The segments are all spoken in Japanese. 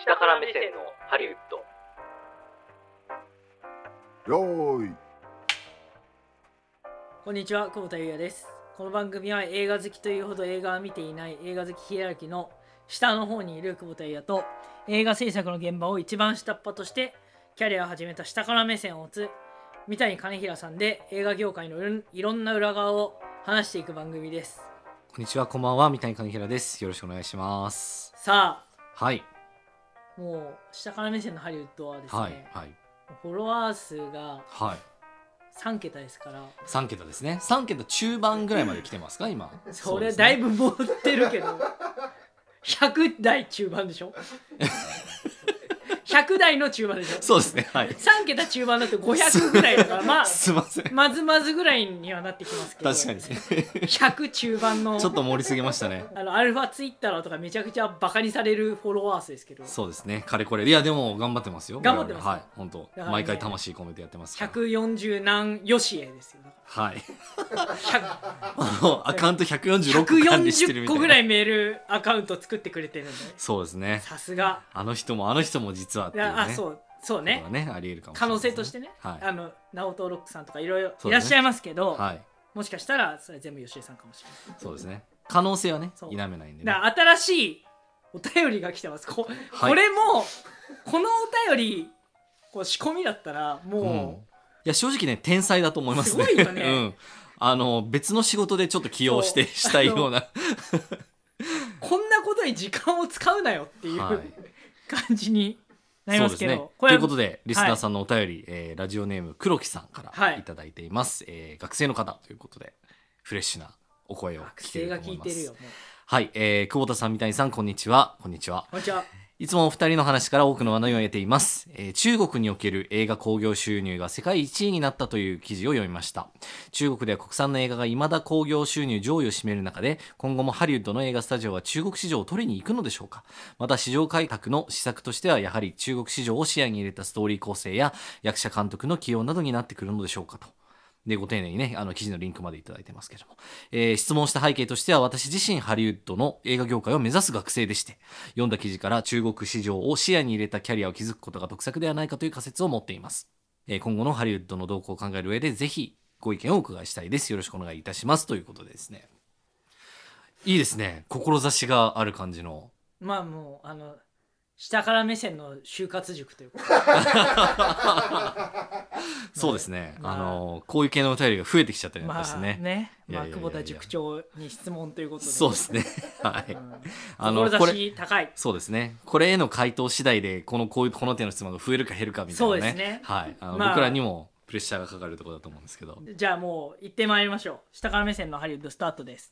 下から目線のハリウッド。 よーい。 こんにちは、久保田裕也です。この番組は映画好きというほど映画は見ていない映画好きヒエラルキーの下の方にいる久保田裕也と、映画制作の現場を一番下っ端としてキャリアを始めた下から目線を持つ三谷兼平さんで、映画業界のいろんな裏側を話していく番組です。 こんにちは、こんばんは、三谷兼平です。よろしくお願いします。 さあ、 はい、 もう下から目線のハリウッドはですね、 はいはいフォロワー数がはい、 3桁ですから。 3桁ですね。3桁中盤ぐらいまで来てますか今。 それだいぶ持ってるけど100台中盤でしょ100台の中盤でしょ。 そうですね、はい。 3桁中盤だって500ぐらいだからまあすいません、 まずまずぐらいにはなってきますけど、 確かに 100中盤のちょっと盛りすぎましたね。 アルファツイッターとかめちゃくちゃバカにされるフォロワー数ですけど、 そうですね、かれこれ。いやでも頑張ってますよ。 頑張ってます、 はい、本当、 ね、 毎回魂込めてやってますから。 140何よしえですよ。 はいアカウント146個管理してるみたいな。 140個ぐらいメールアカウント作ってくれてるんで。 そうですね、 さすが。 あの人も実はっていうね。 あ、そうね、 ありえるかもしれない、ね、 可能性としてね、 はい、 ナオトロックさんとかいろいろいらっしゃいますけど、 はい、 もしかしたらそれ全部吉江さんかもしれない。 そうですね、可能性はね否めないんでね。 だから新しいお便りが来てます。これもこのお便り仕込みだったらもう、 いや正直ね天才だと思いますね。 すごいよね、 別の仕事でちょっと起用してしたいようなこんなことに時間を使うなよっていう、はい、感じになりますけど、 ね、ということでリスナーさんのお便り、ラジオネーム黒木さんからいただいています、学生の方ということでフレッシュなお声を聞けると思います。学生が聞いてるよもう。はい、久保田さん、三谷さん、こんにちは。こんにちは。 こんにちは。 いつもお二人の話から多くの話題を得ています、中国における映画興行収入が世界1位になったという記事を読みました。中国では国産の映画が未だ興行収入上位を占める中で、今後もハリウッドの映画スタジオは中国市場を取りに行くのでしょうか。また市場開拓の施策としてはやはり中国市場を視野に入れたストーリー構成や役者監督の起用などになってくるのでしょうかと。でご丁寧にね記事のリンクまでいただいてますけども、質問した背景としては、私自身ハリウッドの映画業界を目指す学生でして、読んだ記事から中国市場を視野に入れたキャリアを築くことが得策ではないかという仮説を持っています。今後のハリウッドの動向を考える上でぜひご意見をお伺いしたいです。よろしくお願いいたしますということでですね。いいですね、志がある感じの。 まあもう下から目線の就活塾というかそうですね、こういう系のお便りが増えてきちゃったりですね。 久保田塾長に質問ということで。 そうですね、はい、 志高い。 そうですね、これへの回答次第でこの手の質問が増えるか減るかみたいなね。 そうですね、 はい、僕らにもプレッシャーがかかるところだと思うんですけど。 じゃあもう行ってまいりましょう。下から目線のハリウッドスタートです。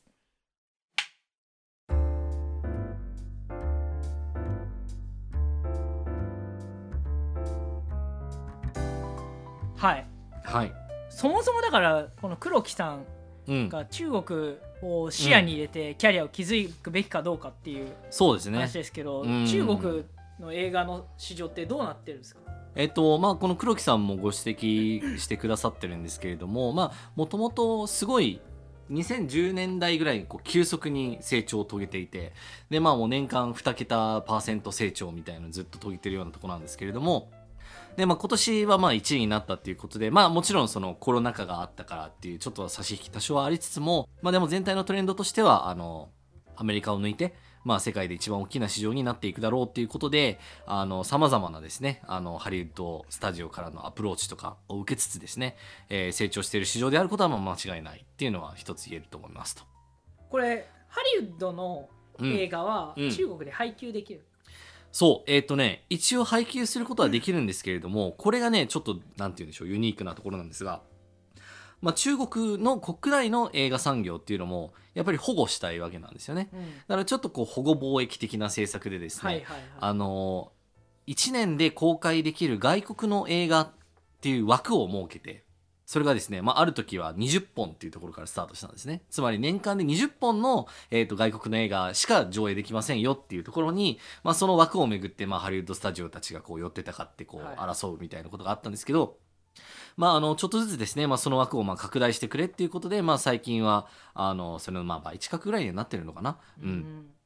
はい、 はい、 そもそもだからこの黒木さんが中国を視野に入れてキャリアを築くべきかどうかっていう話ですけど、中国の映画の市場ってどうなってるんですか？ この黒木さんもご指摘してくださってるんですけれども、もともとすごい2010年代ぐらいに急速に成長を遂げていて、でもう年間2桁%成長みたいなのをずっと遂げてるようなところなんですけれども、で今年は1位になったっていうことで、もちろんそのコロナ禍があったからっていうちょっと差し引き多少はありつつも、でも全体のトレンドとしてはアメリカを抜いて、世界で一番大きな市場になっていくだろうっていうことで、さまざまなですねハリウッドスタジオからのアプローチとかを受けつつですね、成長している市場であることは間違いないっていうのは一つ言えると思いますと。 これハリウッドの映画は中国で配給できる？ そう、一応配給することはできるんですけれども、これがねちょっとなんて言うんでしょう、ユニークなところなんですが、中国の国内の映画産業っていうのもやっぱり保護したいわけなんですよね、だからちょっと保護貿易的な政策でですね、1年で公開できる外国の映画っていう枠を設けて、それがですね、ある時は20本っていうところからスタートしたんですね。つまり年間で20本の、外国の映画しか上映できませんよっていうところに、その枠をめぐって、ハリウッドスタジオたちが寄ってたかって争うみたいなことがあったんですけど、ちょっとずつですね、その枠を拡大してくれっていうことで、最近はそれの倍近くぐらいになってるのかな、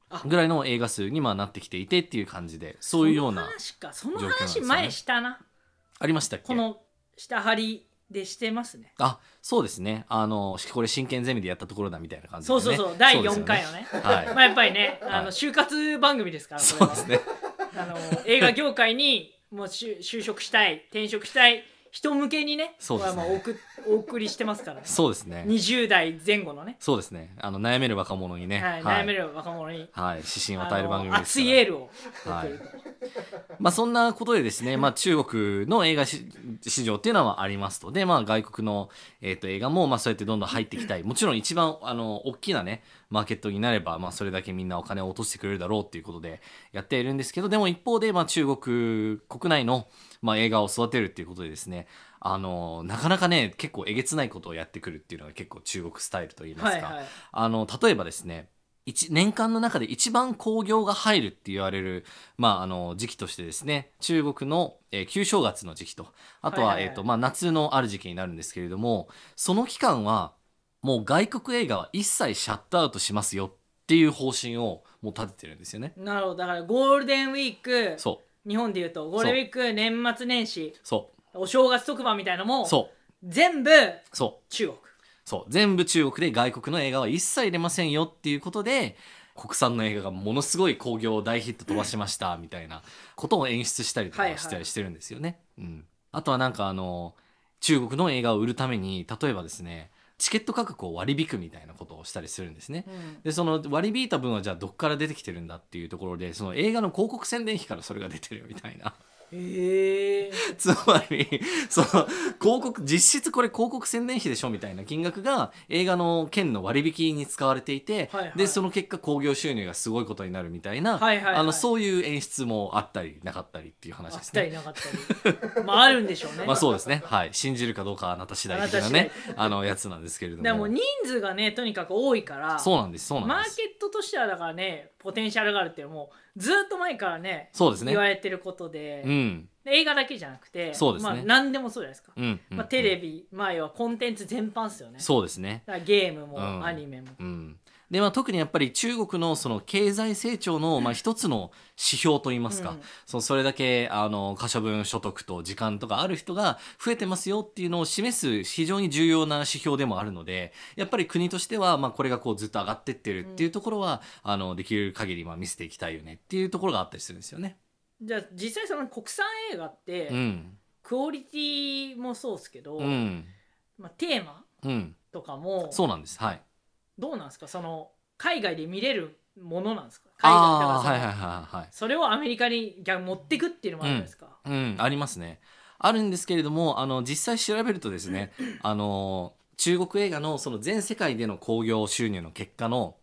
ぐらいの映画数にまあなってきていてっていう感じで、そういうようなその状況なんですよね話前したな。 ありましたっけ。 この下張りでしてますね。 そうですね。これ真剣ゼミでやったところだみたいな感じでね。 そう第4回のね。 はいまあやっぱりね、 はい就活番組ですから、これはそうですね。 映画業界にもう就職したい、転職したい人向けにね、 そうですねこれはまあお送りしてますからね。 そうですね。 20代前後のね、 そうですね。悩める若者にね、 はい、悩める若者に、 はい、指針を与える番組です熱から。 いエールを送はいると。 まあそんなことでですね、まあ中国の映画市場っていうのはありますと。で、まあ外国の、映画もまあそうやってどんどん入っていきたい。もちろん一番大きなね、マーケットになれば、まあそれだけみんなお金を落としてくれるだろうっていうことでやっているんですけど、でも一方でまあ中国国内のまあ映画を育てるっていうことでですね、なかなかね、結構えげつないことをやってくるっていうのが結構中国スタイルといいますか、 はいはい、 例えばですね、年間の中で一番興行が入るって言われる、まあ、時期としてですね、中国の、旧正月の時期と、あとは、 はいはいはいまあ、夏のある時期になるんですけれども、その期間はもう外国映画は一切シャットアウトしますよっていう方針をもう立ててるんですよね。 なるほど。だからゴールデンウィーク、 そう日本でいうとゴールデンウィーク、年末年始、 そうお正月特番みたいなのもそう全部そう中国。 そう全部中国で、外国の映画は一切入れませんよっていうことで、国産の映画がものすごい興行大ヒット飛ばしましたみたいなことを演出したりとかしたりしてるんですよね。あとはなんか中国の映画を売るために、例えばですね、チケット価格を割り引くみたいなことをしたりするんですね。でその割り引いた分はじゃあどっから出てきてるんだっていうところで、その映画の広告宣伝費からそれが出てるみたいな。つまりその広告、実質これ広告宣伝費でしょみたいな金額が映画の券の割引に使われていて、 はいはい、 でその結果興行収入がすごいことになるみたいな、 はいはいはい、 そういう演出もあったりなかったりっていう話ですね。 あったりなかったりまああるんでしょうね。 まあそうですね、はい、信じるかどうかはあなた次第的なねやつなんですけれども、 でも人数がねとにかく多いから、 そうなんですマーケットとしてはだからね、ポテンシャルがあるっていうのもずっと前からね、 そうですね、 言われてることで、映画だけじゃなくて、 そうですね、 まあ、何でもそうじゃないですか、テレビ、前はコンテンツ全般ですよね。 そうですね、 だからゲームも、アニメも、 で特にやっぱり中国のその経済成長の一つの指標といいますか、それだけ可処分所得と時間とかある人が増えてますよっていうのを示す非常に重要な指標でもあるので、やっぱり国としてはこれがこうずっと上がってってるっていうところは、できる限り見せていきたいよねっていうところがあったりするんですよね。 じゃあ実際その国産映画って、クオリティもそうですけど、テーマ、とかもそうなんです。はい。 どうなんですか、その海外で見れるものなんですか、 海外だからそれをアメリカに逆持ってくっていうのもあるんですか。 ありますね。あるんですけれども、実際調べるとですね、中国映画のその全世界での興行収入の結果の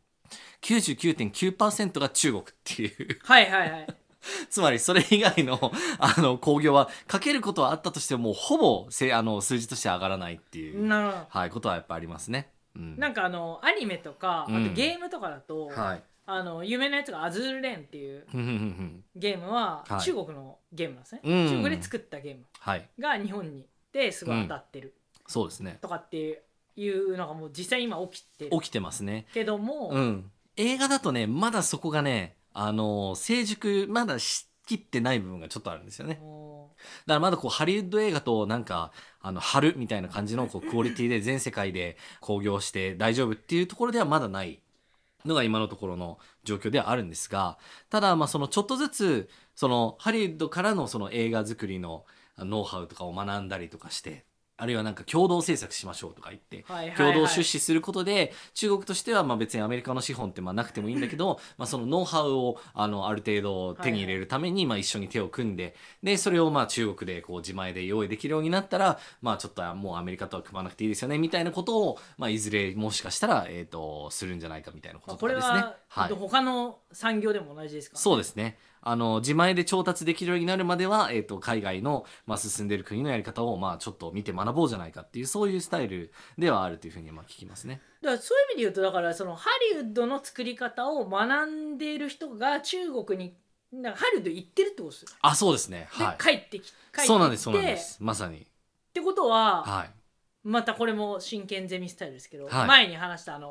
99.9% が中国っていうつまりそれ以外の興行はかけることはあったとしてもほぼ数字として上がらないっていう、ことはやっぱありますね。 なんかアニメとか、あとゲームとかだと、有名なやつがアズールレーンっていうゲームは中国のゲームなんですね。中国で作ったゲームが日本にですごい当たってる、 そうですね、 とかっていうのがもう実際今起きてますね。 けども、 映画だとねまだそこがね成熟まだしきってない部分がちょっとあるんですよね。だからまだこうハリウッド映画となんか春みたいな感じのこうクオリティで全世界で興行して大丈夫っていうところではまだないのが今のところの状況ではあるんですが、ただそのちょっとずつそのハリウッドからのその映画作りのノウハウとかを学んだりとかして、あるいはなんか共同制作しましょうとか言って共同出資することで、中国としては別にアメリカの資本ってなくてもいいんだけど、そのノウハウをある程度手に入れるために一緒に手を組んで、でそれを中国でこう自前で用意できるようになったら、ちょっともうアメリカとは組まなくていいですよねみたいなことを、いずれもしかしたら、するんじゃないかみたいなこととかですね。 これは、他の産業でも同じですか、 そうですね。自前で調達できるようになるまでは、海外の、進んでいる国のやり方をちょっと見て学ぼうじゃないかっていう、そういうスタイルではあるというふうに聞きますね。 だからそういう意味で言うと、だからそのハリウッドの作り方を学んでいる人が中国にハリウッド行ってるってことですよ。 そうですね。 で帰ってきて、 そうなんですまさに。ってことは、またこれも真剣ゼミスタイルですけど、前に話した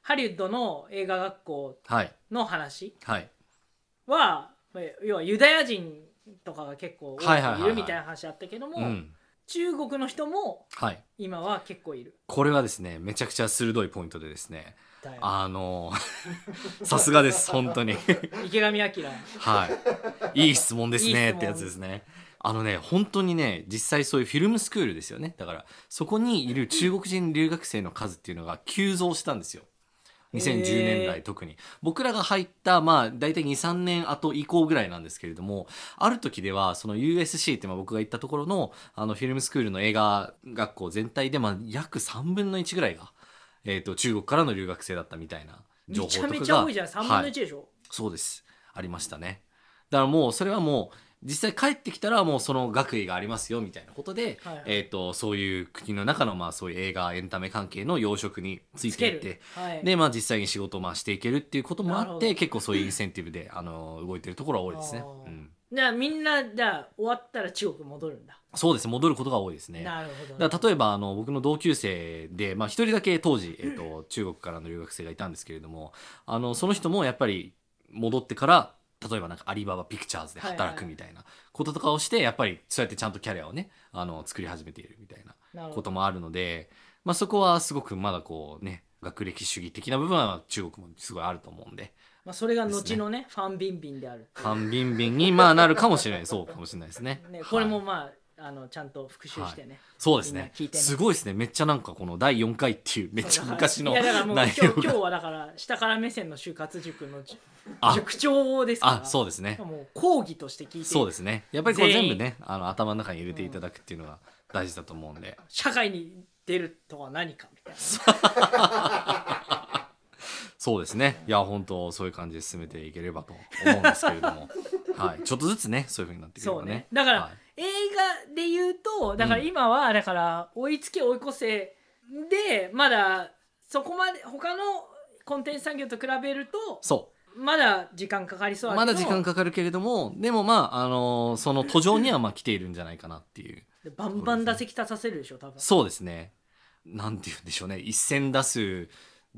ハリウッドの映画学校はいの話はいは、要はユダヤ人とかが結構多くはいはいはいはいいるみたいな話あったけども、 うん中国の人もはい今は結構いる。 これはですねめちゃくちゃ鋭いポイントでですねだよさすがです本当に池上彰。 はいいい質問ですいい質問ねってやつですね。本当にね実際そういうフィルムスクールですよね。だからそこにいる中国人留学生の数っていうのが急増したんですよ。2010年代特に僕らが入った大体 2,3 年後以降ぐらいなんですけれども、ある時ではその USC って僕が行ったところのフィルムスクールの映画学校全体で約3分の1ぐらいが、中国からの留学生だったみたいな情報とかがめちゃめちゃ多いじゃん。3分の1でしょ、 そうですありましたね。だからもうそれはもう実際帰ってきたらもうその学位がありますよみたいなことで、そういう国の中のそういう映画エンタメ関係の養殖についていってで、実際に仕事をしていけるっていうこともあって結構そういうインセンティブで動いてるところは多いですね。 じゃあみんな終わったら中国戻るんだ。 そうです戻ることが多いですね。 なるほど。 だから例えば僕の同級生で一人だけ当時、中国からの留学生がいたんですけれどもその人もやっぱり戻ってから例えばアリババピクチャーズで働くみたいなこととかをしてやっぱりそうやってちゃんとキャリアをね作り始めているみたいなこともあるので、そこはすごくまだ学歴主義的な部分は中国もすごいあると思うんで、 それが後のねファン・ビンビンである。 ファン・ビンビンになるかもしれないそうかもしれないですね。 これもちゃんと復習してね。 そうですね。すごいですね。めっちゃこの第4回っていうめっちゃ昔のいやだからもう内容が今日はだから下から目線の就活塾の塾長ですから。 そうですね。 もう講義として聞いて。 そうですね。やっぱりこれ全部ね頭の中に入れていただくっていうのが大事だと思うんで。 社会に出るとは何かみたいな。 そうですね。いや本当そういう感じで進めていければと思うんですけれども、ちょっとずつねそういう風になっていければね。 そうね。だから、映画で言うとだから今はだから追いつけ追い越せでまだそこまで他のコンテンツ産業と比べるとまだ時間かかりそうだけど、 まだ時間かかるけれどもでもその途上には来ているんじゃないかなっていうバンバン打席立たせるでしょ多分。 そうですね。なんて言うんでしょうね一戦打数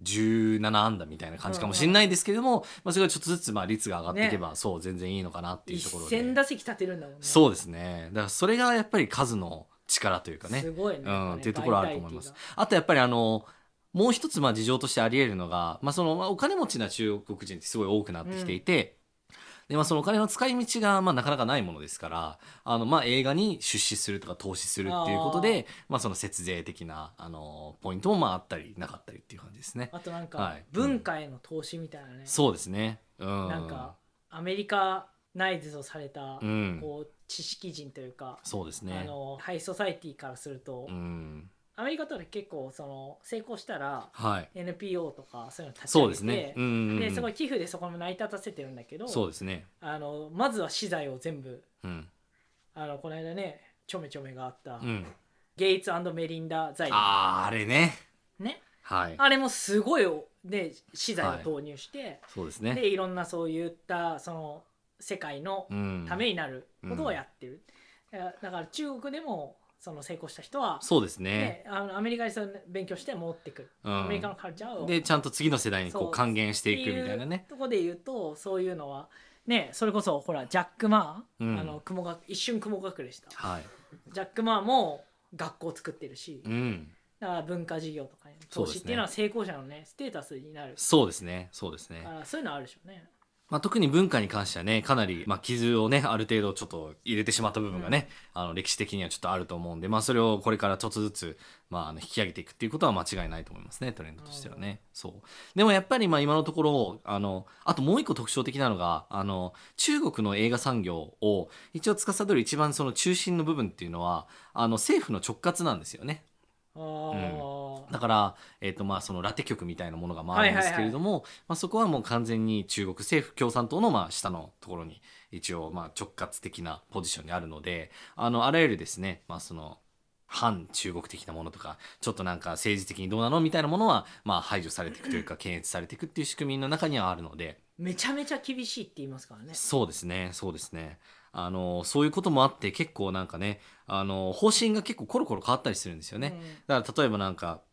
17安打みたいな感じかもしれないですけれども、それがちょっとずつ率が上がっていけば、そう全然いいのかなっていうところで一戦打席立てるんだもんね。 そうですね。だからそれがやっぱり数の力というかねすごいね、 っていうところあると思います。あとやっぱりもう一つ事情としてあり得るのが、お金持ちな中国人ってすごい多くなってきていて、でそのお金の使い道がなかなかないものですから映画に出資するとか投資するっていうことでその節税的なポイントもあったりなかったりっていう感じですね。 あと文化への投資みたいなね、 そうですね、 アメリカナイズとされたこう知識人というか、 そうですね、 ハイソサイティからすると、アメリカとか結構成功したら NPO とかそういうの立ち上げて、ですごい寄付でそこも成り立たせてるんだけど、 そうですね、 まずは資材を全部、この間ねちょめちょめがあった、ゲイツ&メリンダ財団、 あれね、 あれもすごいで資材を投入して、 そうですね、 でいろんなそういった世界のためになることをやってる、だから中国でも成功した人はそうですね、 アメリカに勉強して持ってくる、アメリカのカルチャーをでちゃんと次の世代に還元していくみたいなねところで言うと、そういうのはね、それこそほらジャック・マー、一瞬雲隠れした、ジャック・マーも学校を作ってるし、だから文化事業とかに投資っていうのは成功者のねステータスになる。 そうですね、そうですね、 そういうのあるでしょうね。 特に文化に関してはねかなり傷をねある程度ちょっと入れてしまった部分がね、歴史的にはちょっとあると思うんで、それをこれからちょっとずつ、引き上げていくっていうことは間違いないと思いますね、トレンドとしてはね。そうでもやっぱり今のところあともう一個特徴的なのが中国の映画産業を一応司る一番中心の部分っていうのは政府の直轄なんですよね。だから、そのラテ局みたいなものがあるんですけれども、そこはもう完全に中国政府共産党の下のところに一応直轄的なポジションにあるので、あらゆるですね、その反中国的なものとかちょっと政治的にどうなのみたいなものは排除されていくというか検閲されていくっていう仕組みの中にはあるので、 めちゃめちゃ厳しいって言いますからね。 そうですね、そうですね。そういうこともあって結構ね方針が結構コロコロ変わったりするんですよね。だから例えば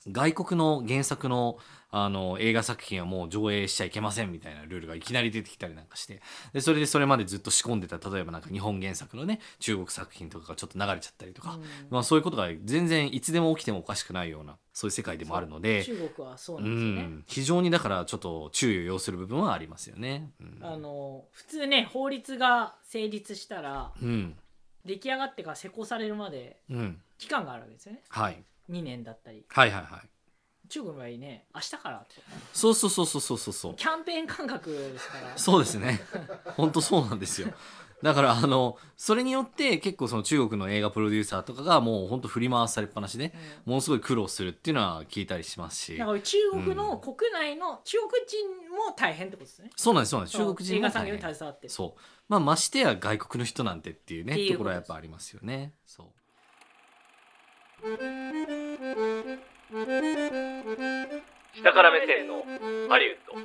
外国の原作の映画作品はもう上映しちゃいけませんみたいなルールがいきなり出てきたりなんかして、でそれでそれまでずっと仕込んでた、例えばなんか日本原作のね中国作品とかがちょっと流れちゃったりとか、まあ、そういうことが全然いつでも起きてもおかしくないようなそういう世界でもあるので、 中国はそうなんですよね。 非常にだからちょっと注意を要する部分はありますよね。 普通ね法律が成立したら、 うん出来上がってから施行されるまでうん期間があるわけですよね。 はい 2年だったり。 はいはいはい、 中国の場合ね、明日からとかそうそうそうそうそうそうキャンペーン感覚ですから。 そうですね本当そうなんですよ。だからそれによって結構その中国の映画プロデューサーとかがもう本当振り回されっぱなしで、ものすごい苦労するっていうのは聞いたりしますし、 だから中国の国内の中国人も大変ってことですね。 そうなんですそうなんです、中国人も大変、 映画産業に携わってる。 そう、まあ、ましてや外国の人なんてっていうねっていうところはやっぱありますよね。そう下から目線のハリウッド。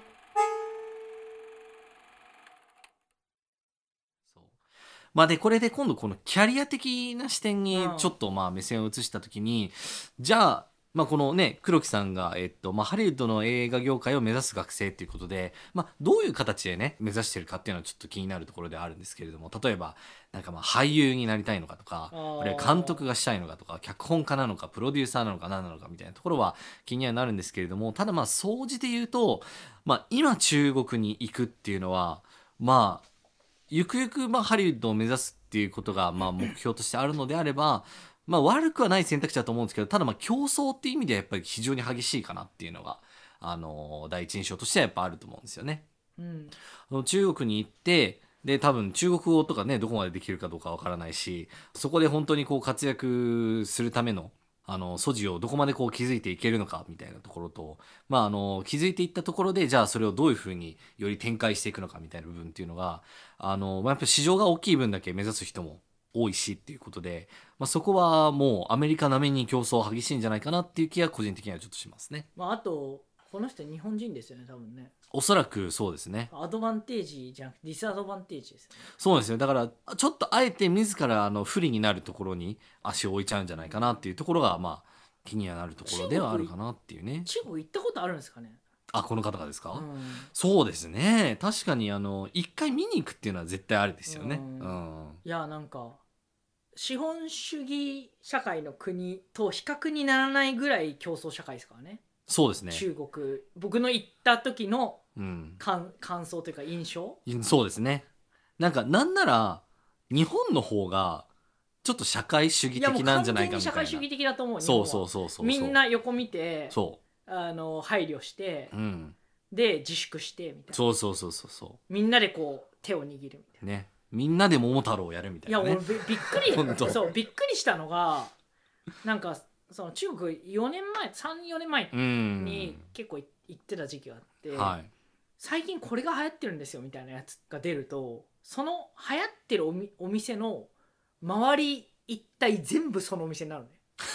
そうまあでこれで今度このキャリア的な視点にちょっとまあ目線を移した時に、じゃあまあこのね黒木さんがまあハリウッドの映画業界を目指す学生っていうことで、まあどういう形でね目指してるかっていうのはちょっと気になるところではあるんですけれども、例えばなんかまあ俳優になりたいのかとか、あるいは監督がしたいのかとか、脚本家なのかプロデューサーなのか何なのかみたいなところは気にはなるんですけれども、ただまあ総じて言うと、まあ今中国に行くっていうのはまあゆくゆくまあハリウッドを目指すっていうことがまあ目標としてあるのであれば、まあ悪くはない選択肢だと思うんですけど、ただまあ競争っていう意味ではやっぱり非常に激しいかなっていうのが第一印象としてはやっぱあると思うんですよね。中国に行ってで多分中国語とかねどこまでできるかどうかわからないし、そこで本当にこう活躍するための素地をどこまでこう築いていけるのかみたいなところと、まあ築いていったところでじゃあそれをどういうふうにより展開していくのかみたいな部分っていうのがまあ、やっぱり市場が大きい分だけ目指す人も多いしっていうことで、まあ、そこはもうアメリカ並みに競争激しいんじゃないかなっていう気は個人的にはちょっとしますね。 まあ、あとこの人日本人ですよね多分ね。 おそらくそうですね。 アドバンテージじゃなくてディスアドバンテージですよね。 そうですよ。だからちょっとあえて自ら不利になるところに足を置いちゃうんじゃないかなっていうところがまあ気にはなるところではあるかなっていうね。 中国行ったことあるんですかね。 あ、この方がですか、そうですね。確かに一回見に行くっていうのは絶対ありですよね。 いやなんか資本主義社会の国と比較にならないぐらい競争社会ですからね。 そうですね。 中国僕の行った時の感想というか印象、 そうですね。なんなら日本の方がちょっと社会主義的なんじゃないかみたいな。いやもう完全に社会主義的だと思う。そうみんな横見て配慮して、で自粛してみたいな。そうみんなでこう手を握るみたいなね。みんなで桃太郎をやるみたいな、ね、 いや俺びっくりそうびっくりしたのがなんかその中国4年前3、4年前に結構行ってた時期があって、最近これが流行ってるんですよみたいなやつが出ると、その流行ってるお店の周り一体全部そのお店になるね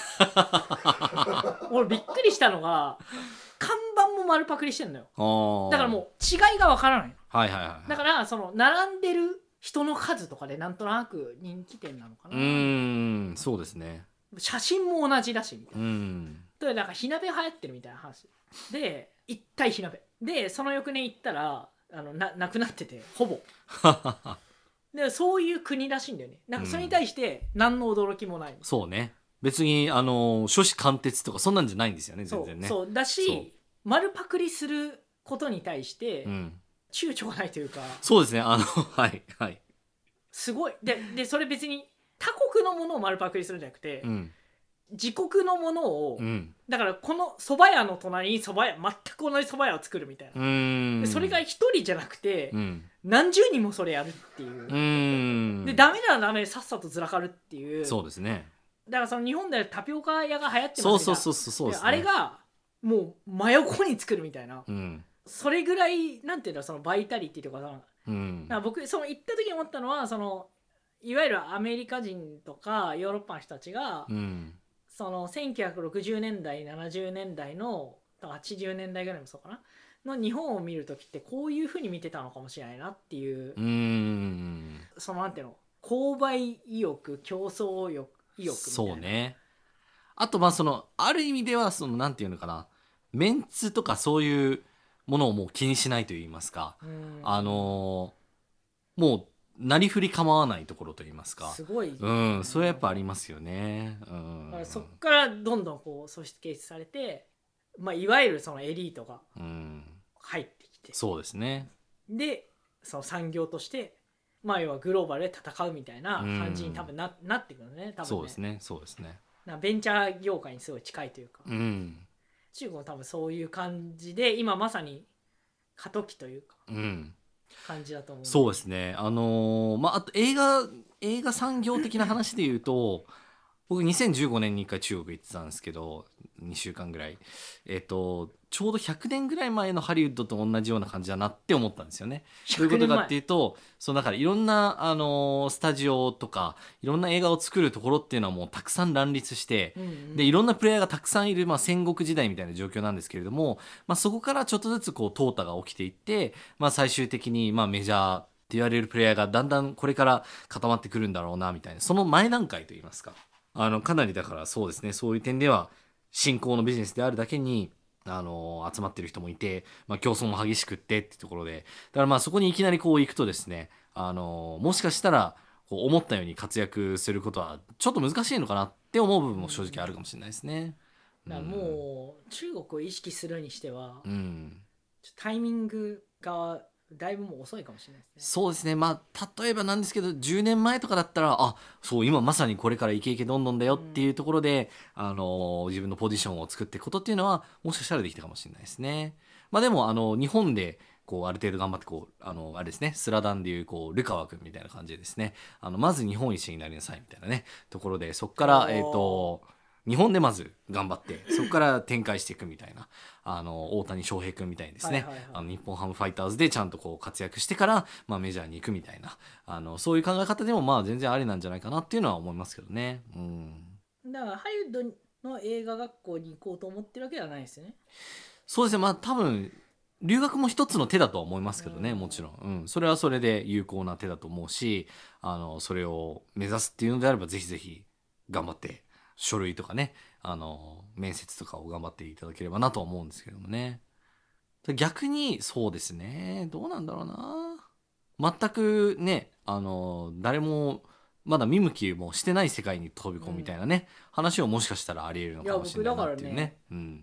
俺びっくりしたのが看板も丸パクリしてんのよ。だからもう違いがわからないの。だからその並んでる人の数とかでなんとなく人気店なのかな。 そうですね。 写真も同じだしみたいな。なんか火鍋流行ってるみたいな話で一体火鍋でその翌年行ったらなくなっててほぼでそういう国らしいんだよね。なんかそれに対して何の驚きもない、 そうね。別に初子貫徹とかそんなんじゃないんですよね全然ね。 そうだし丸パクリすることに対して躊躇がないというか、 そうですね。はいすごいでそれ別に他国のものを丸パクリするんじゃなくて、自国のものを、だからこの蕎麦屋の隣に全く同じ蕎麦屋を作るみたいな。でそれが一人じゃなくて、何十人もそれやるっていう。でダメならダメでさっさとずらかるっていう。 そうですね。 だからその日本でタピオカ屋が流行ってますみたいな。 そうですね。 あれがもう真横に作るみたいな。それぐらいなんていうのそのバイタリティとかさ、だから僕その行った時に思ったのはそのいわゆるアメリカ人とかヨーロッパの人たちが、その1960年代70年代の80年代ぐらいもそうかなの日本を見る時ってこういう風に見てたのかもしれないなっていう、そのなんていうの購買意欲競争意欲みたいな。 そうね。 あとまあそのある意味ではそのなんていうのかな、メンツとかそういうものをもう気にしないと言いますか、もうなりふり構わないところと言いますか、 すごい、 それはやっぱありますよね。 だからそこからどんどんこう組織形成されて、まあ、いわゆるそのエリートが入ってきて、 そうですね。 でその産業としてまあ要はグローバルで戦うみたいな感じに多分なってくるね、多分ね。 そうですね、そうですね。 なんかベンチャー業界にすごい近いというか、中国は多分そういう感じで今まさに過渡期というか、感じだと思う。 そうですね。あと映画産業的な話で言うと僕2015年に1回中国行ってたんですけど、2週間ぐらい、ちょうど100年ぐらい前のハリウッドと同じような感じだなって思ったんですよね。どういうことかっていうと、だからいろんな、スタジオとかいろんな映画を作るところっていうのはもうたくさん乱立して、でいろんなプレイヤーがたくさんいる、戦国時代みたいな状況なんですけれども、そこからちょっとずつこう淘汰が起きていって、最終的にメジャーって言われるプレイヤーがだんだんこれから固まってくるんだろうなみたいな、その前段階といいますか、かなりだからそうですね、そういう点では新興のビジネスであるだけに集まってる人もいて、競争も激しくってってところで、だからそこにいきなりこう行くとですね、もしかしたらこう思ったように活躍することはちょっと難しいのかなって思う部分も正直あるかもしれないですね。 だからもう中国を意識するにしては、タイミングがだいぶもう遅いかもしれないですね。 そうですね。例えばなんですけど10年前とかだったらそう今まさにこれからイケイケどんどんだよっていうところで、自分のポジションを作っていくことっていうのはもしかしたらできたかもしれないですね。でも日本でこうある程度頑張ってこうあれですね、スラダンでいうこうルカワ君みたいな感じでですね、まず日本一になりなさいみたいなねところで、そこから日本でまず頑張ってそこから展開していくみたいな大谷翔平君みたいにですね、日本ハムファイターズでちゃんとこう活躍してから、メジャーに行くみたいなそういう考え方でも全然ありなんじゃないかなっていうのは思いますけどね。 だからハリウッドの映画学校に行こうと思ってるわけではないですよね。 そうですね。多分留学も一つの手だとは思いますけどね、もちろん、それはそれで有効な手だと思うし、それを目指すっていうのであればぜひぜひ頑張って書類とかね、面接とかを頑張っていただければなとは思うんですけどもね。逆にそうですね、どうなんだろうな、全くね誰もまだ見向きもしてない世界に飛び込むみたいなね、話をもしかしたらあり得るのかもしれないなっていうね。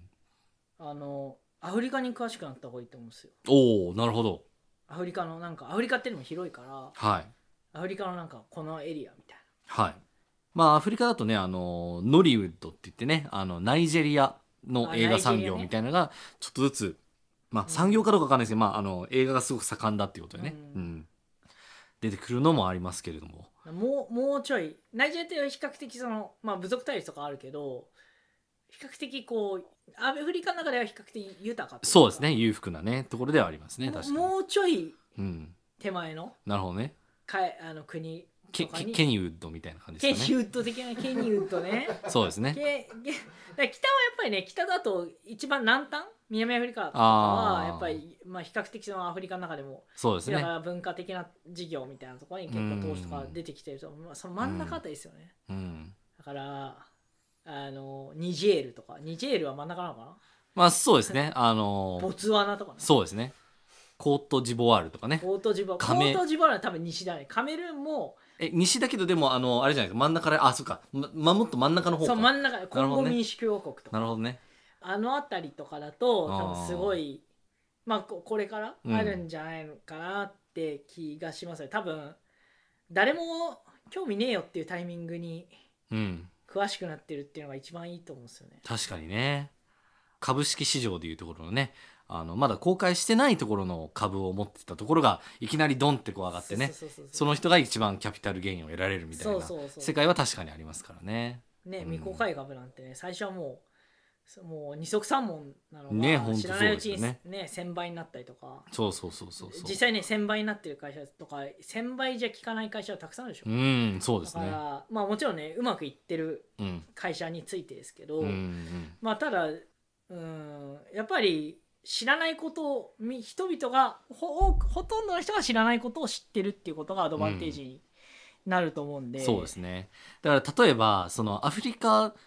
アフリカに詳しくなった方がいいと思うんですよ。 おお、なるほど。 アフリカのアフリカっていうのも広いから、 はい、 アフリカのこのエリアみたいな、はい、アフリカだとねノリウッドって言ってねナイジェリアの映画産業みたいなのがちょっとずつ、産業かどうかわかんないですけど、映画がすごく盛んだっていうことでね、出てくるのもありますけれども、 もうちょいナイジェリアって比較的部族対立とかあるけど、比較的こうアフリカの中では比較的豊かというか、 そうですね、裕福なねところではありますね。確かにもうちょい手前の、 なるほどね、 国ケニウッドみたいな感じですかね。 ケニウッド的なケニウッドねそうですね。 北はやっぱりね、北だと一番南端、南アフリカとかはやっぱり比較的そのアフリカの中でもそうですね、 だから文化的な事業みたいなところに結構投資とか出てきてると、その真ん中あたりですよね。だからニジェールとか、ニジェールは真ん中なのかな。 そうですね。 ボツワナとかね。 そうですね。コートジボワールとかね。 コートジボワールは多分西だね。カメルーンも西だけど、でもあれじゃないですか、真ん中で、そうか、もっと真ん中の方か。 そう、真ん中、コンゴ民主共和国とか、 なるほどね、 辺りとかだと多分すごいこれからあるんじゃないのかなって気がしますよ。多分誰も興味ねえよっていうタイミングに詳しくなってるっていうのが一番いいと思うんですよね。 確かにね。株式市場でいうところのね、まだ公開してないところの株を持ってたところがいきなりドンってこう上がってね、その人が一番キャピタルゲインを得られるみたいな世界は確かにありますからね。 未公開株なんてね、最初はもう二足三門なのが知らないうちにね1000倍になったりとか、 そう実際ね1000倍になってる会社とか1000倍じゃ効かない会社はたくさんあるでしょ。 そうですね。 だからもちろんねうまくいってる会社についてですけど、ただやっぱり知らないことを人々がほとんどの人が知らないことを知ってるっていうことがアドバンテージになると思うんで、 そうですね。だから例えばそのアフリカ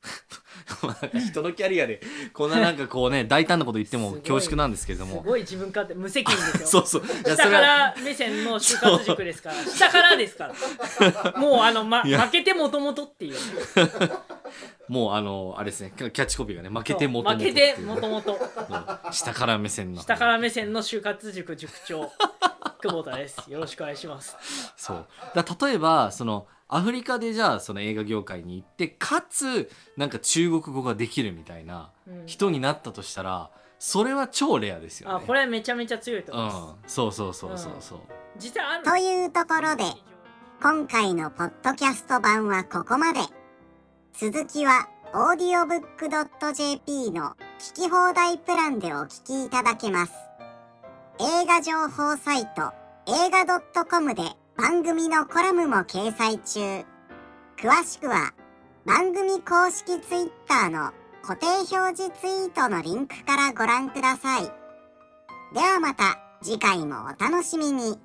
なんか人のキャリアでこんななんかこうね大胆なこと言っても恐縮なんですけれども、 すごい自分勝手無責任ですよそういや下から目線の就活塾ですから下からですからもう負けてもともとっていうもうあれですね、キャッチコピーがね、負けてもともと、 負けてもともと下から目線の就活塾塾長久保田です。よろしくお願いします。 そう例えばそのアフリカでじゃあその映画業界に行ってかつなんか中国語ができるみたいな人になったとしたら、それは超レアですよね。 これめちゃめちゃ強いと思います。 そう、 実際というところで今回のポッドキャスト版はここまで。続きは audiobook.jp の聞き放題プランでお聞きいただけます。映画情報サイト映画 .com で番組のコラムも掲載中。詳しくは番組公式ツイッターの固定表示ツイートのリンクからご覧ください。ではまた次回もお楽しみに。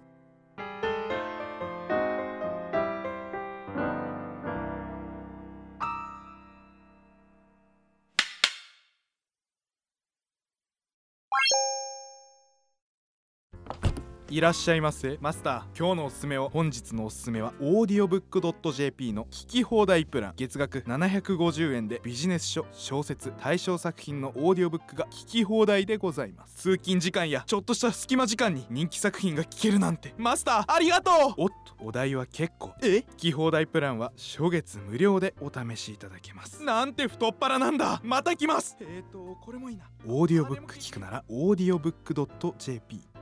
いらっしゃいませ。マスター、今日のおすすめを。本日のおすすめは audiobook.jp の聞き放題プラン。月額750円でビジネス書、小説、対象作品のオーディオブックが聞き放題でございます。通勤時間やちょっとした隙間時間に人気作品が聞けるなんて、マスターありがとう。おっと、お題は結構。聞き放題プランは初月無料でお試しいただけます。なんて太っ腹なんだ。また来ます。これもいいな。オーディオブック聞くなら audiobook.jp